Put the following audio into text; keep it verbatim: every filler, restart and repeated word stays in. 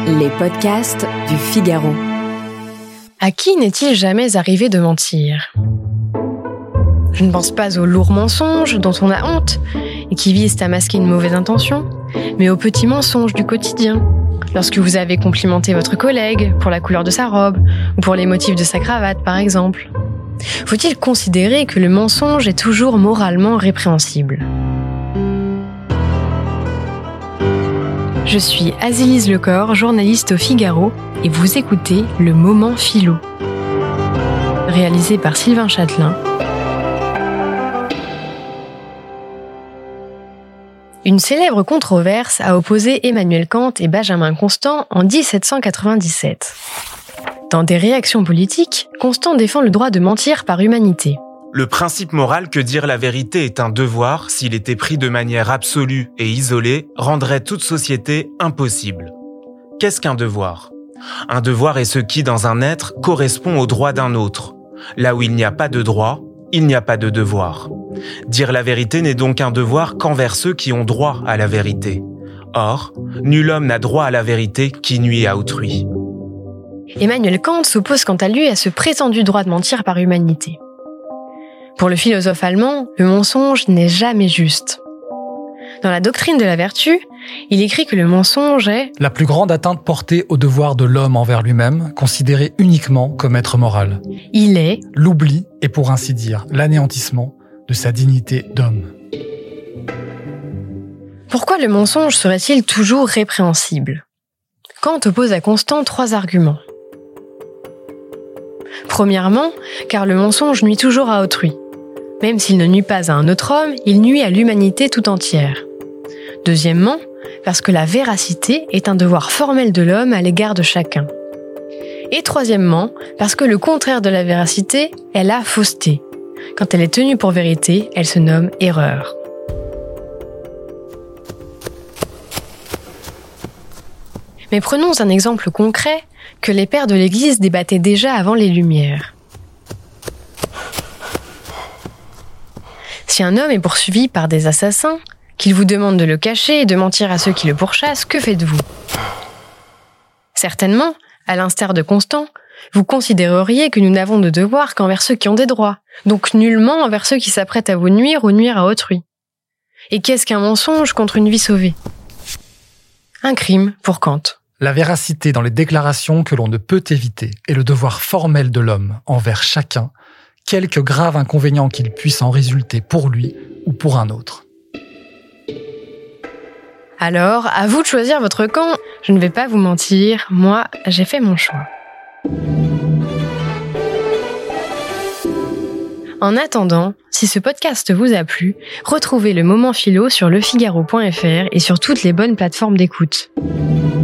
Les podcasts du Figaro. À qui n'est-il jamais arrivé de mentir ? Je ne pense pas aux lourds mensonges dont on a honte et qui visent à masquer une mauvaise intention, mais aux petits mensonges du quotidien. Lorsque vous avez complimenté votre collègue pour la couleur de sa robe ou pour les motifs de sa cravate, par exemple. Faut-il considérer que le mensonge est toujours moralement répréhensible ? Je suis Azélise Lecor, journaliste au Figaro, et vous écoutez Le Moment Philo. Réalisé par Sylvain Châtelain. Une célèbre controverse a opposé Emmanuel Kant et Benjamin Constant en dix-sept cent quatre-vingt-dix-sept. Dans des réactions politiques, Constant défend le droit de mentir par humanité. Le principe moral que dire la vérité est un devoir, s'il était pris de manière absolue et isolée, rendrait toute société impossible. Qu'est-ce qu'un devoir ? Un devoir est ce qui, dans un être, correspond au droit d'un autre. Là où il n'y a pas de droit, il n'y a pas de devoir. Dire la vérité n'est donc un devoir qu'envers ceux qui ont droit à la vérité. Or, nul homme n'a droit à la vérité qui nuit à autrui. Emmanuel Kant s'oppose quant à lui à ce prétendu droit de mentir par humanité. Pour le philosophe allemand, le mensonge n'est jamais juste. Dans la doctrine de la vertu, il écrit que le mensonge est la plus grande atteinte portée au devoir de l'homme envers lui-même, considéré uniquement comme être moral. Il est l'oubli et pour ainsi dire l'anéantissement de sa dignité d'homme. Pourquoi le mensonge serait-il toujours répréhensible ? Kant oppose à Constant trois arguments. Premièrement, car le mensonge nuit toujours à autrui. Même s'il ne nuit pas à un autre homme, il nuit à l'humanité tout entière. Deuxièmement, parce que la véracité est un devoir formel de l'homme à l'égard de chacun. Et troisièmement, parce que le contraire de la véracité est la fausseté. Quand elle est tenue pour vérité, elle se nomme erreur. Mais prenons un exemple concret que les pères de l'Église débattaient déjà avant les Lumières. Si un homme est poursuivi par des assassins, qu'il vous demande de le cacher et de mentir à ceux qui le pourchassent, que faites-vous ? Certainement, à l'instar de Constant, vous considéreriez que nous n'avons de devoir qu'envers ceux qui ont des droits, donc nullement envers ceux qui s'apprêtent à vous nuire ou nuire à autrui. Et qu'est-ce qu'un mensonge contre une vie sauvée ? Un crime pour Kant. La véracité dans les déclarations que l'on ne peut éviter est le devoir formel de l'homme envers chacun, quelque grave inconvénient qu'il puisse en résulter pour lui ou pour un autre. Alors, à vous de choisir votre camp. Je ne vais pas vous mentir, moi, j'ai fait mon choix. En attendant, si ce podcast vous a plu, retrouvez le Moment Philo sur lefigaro point fr et sur toutes les bonnes plateformes d'écoute.